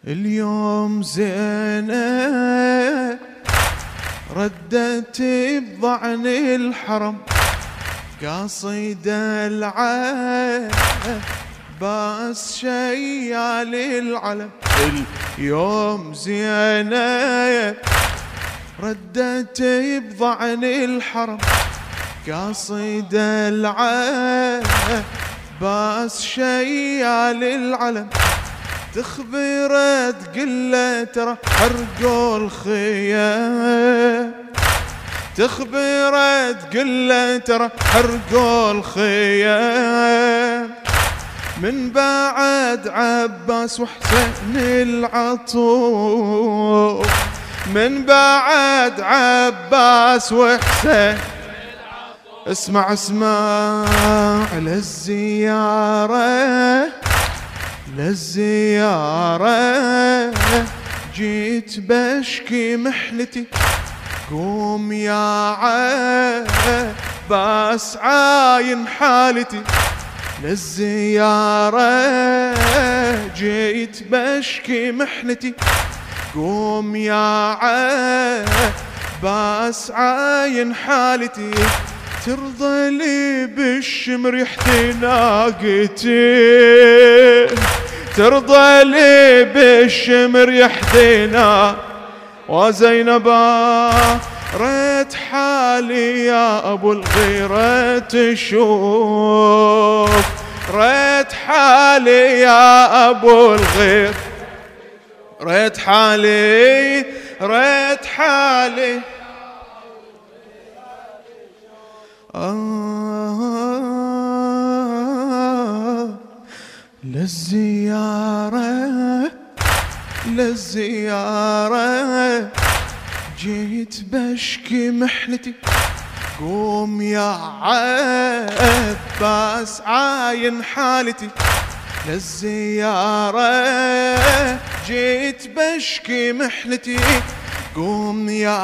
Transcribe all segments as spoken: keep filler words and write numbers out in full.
اليوم زينب ردت بضعن الحرم قاصدة العباس شيال العلم. اليوم زينب ردت بضعن الحرم قاصدة العباس شيال العلم. تخبره تقله ترى حرقوا الخيام، تخبره تقله ترى حرقوا الخيام. من بعد عباس وحسين العطوف، من بعد عباس وحسين. اسمع اسمع للزيارة للزيارة جيت بشكي محنتي. قوم يا عباس عاين حالتي. للزيارة جيت بشكي محنتي. قوم يا عباس عاين حالتي. ترضى لي بالشمر يحتي ناقتي، ترضى لي بالشمر يحدينا. وزينبا ريت حالي يا ابو الغيرة تشوف، ريت حالي يا ابو الغير، ريت حالي ريت حالي. آه للزيارة للزيارة جيت بشكي محنتي. قوم يا عباس عاين حالتي. للزيارة جيت بشكي محنتي. قوم يا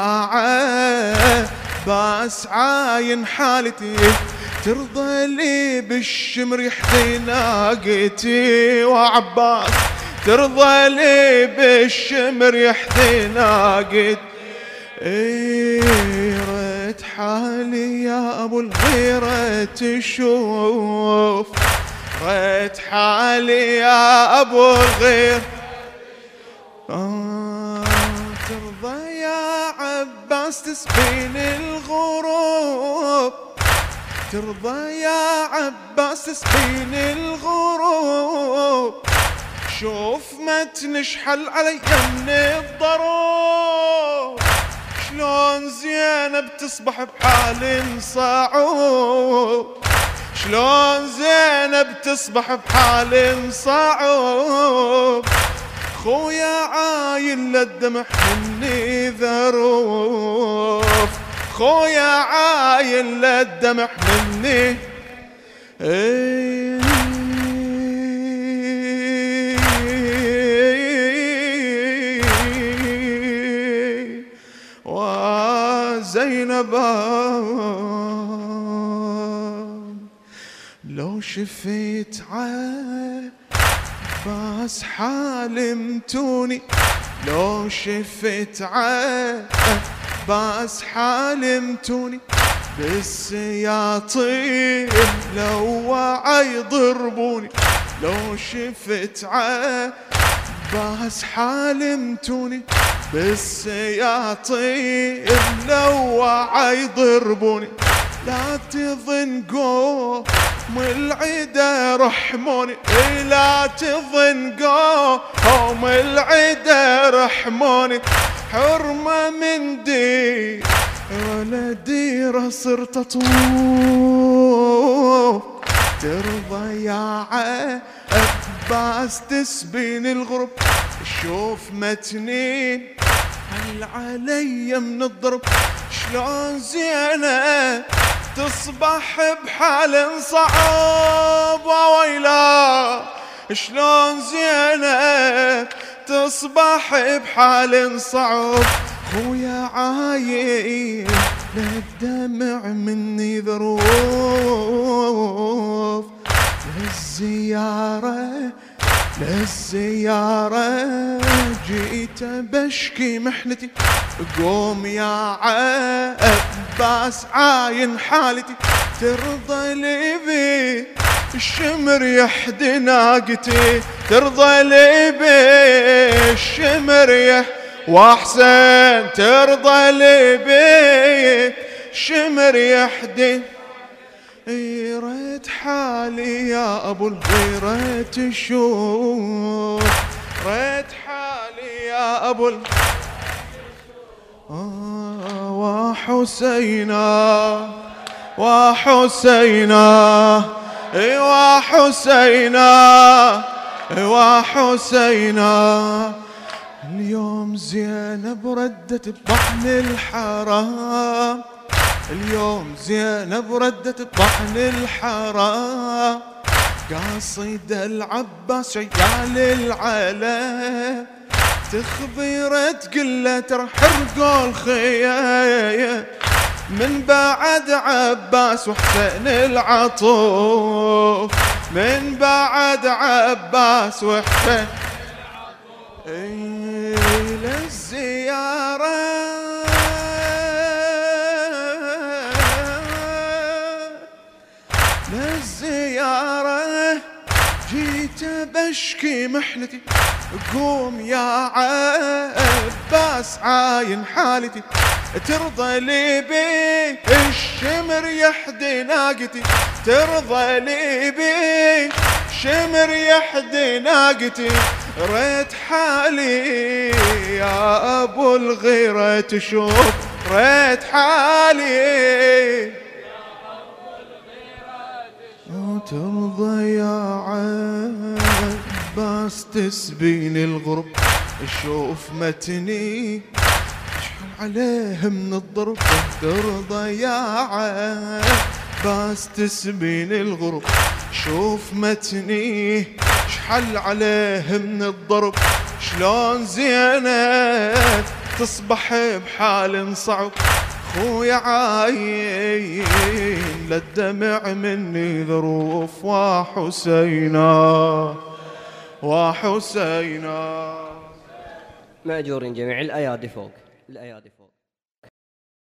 عباس عاين حالتي. ترضى لي بالشمر يحدي ناقتي. وعباس ترضى لي بالشمر يحدي ناقتي. ايه ريت حالي يا ابو الغيرة تشوف، ريت حالي يا ابو الغير. آه ترضى يا عباس تسبين الغروب، ترضى يا عباس تسبين الغروب. شوف ما تنشحل علي من الضروب. شلون زينب تصبح بحال صعوب، شلون زينب تصبح بحال صعوب. خويا عاين للدمع مني ذروف، خويا عاين للدمع مني. ايه وزينبا لو شفيت عباس حالمتوني، لو شفت عباس حالمتوني. بالسياطين لو وعى يضربوني، لو شفت عباس حالمتوني. بالسياطين لو وعى يضربوني. لا تظن قوم العدا رحموني، لا تظن قوم العدا رحموني. حرمة من دي ولا ديرة صرت اطوف. ترضى يا عباس تسبين الغرب. شوف متنين هل علي من الضرب. شلون زينب تصبح بحال صعب. ويلا شلون زينب تصبح بحال صعب. خويا عاين للدمع مني ذروف. للزيارة للزيارة جيت بشكي محنتي، قوم يا عباس عاين حالتي، ترضى لي بي الشمر يحدي ناقتي، ترضى لي بي الشمر يح واحسن، ترضى لي بي الشمر يحدي. ريت حالي يا ابو الغيرة تشوف، ريت حالي يا ابو ال... آه وحسينا وحسينا وحسينا وحسينا. اليوم زينب ردت بطحن الحرام، اليوم زينب ردت بطحن الحرام، قاصد العباس شيال العلا، تخبيره تقله ترى حرقوا الخيايا، من بعد عباس وحسين العطوف، من بعد عباس وحسين اي للزيارة للزيارة جيت بشكي محنتي، قوم يا عباس عاين حالتي، ترضى لي بي الشمر يحدي ناقتي، ترضى لي بي الشمر يحدي ناقتي. ريت حالي يا ابو الغيرة تشوف، ريت حالي ترضى يا عباس تسبين الغرب، شوف متني اشحن عليه من الضرب، ترضى يا عباس تسبين الغرب، شوف متني اشحل عليه من الضرب، شلون زينب تصبح بحال صعب، خويا عاين للدمع مني ذروف، وحسينا وحسينا. مأجورين جميع. الأيادي فوق، الأيادي فوق.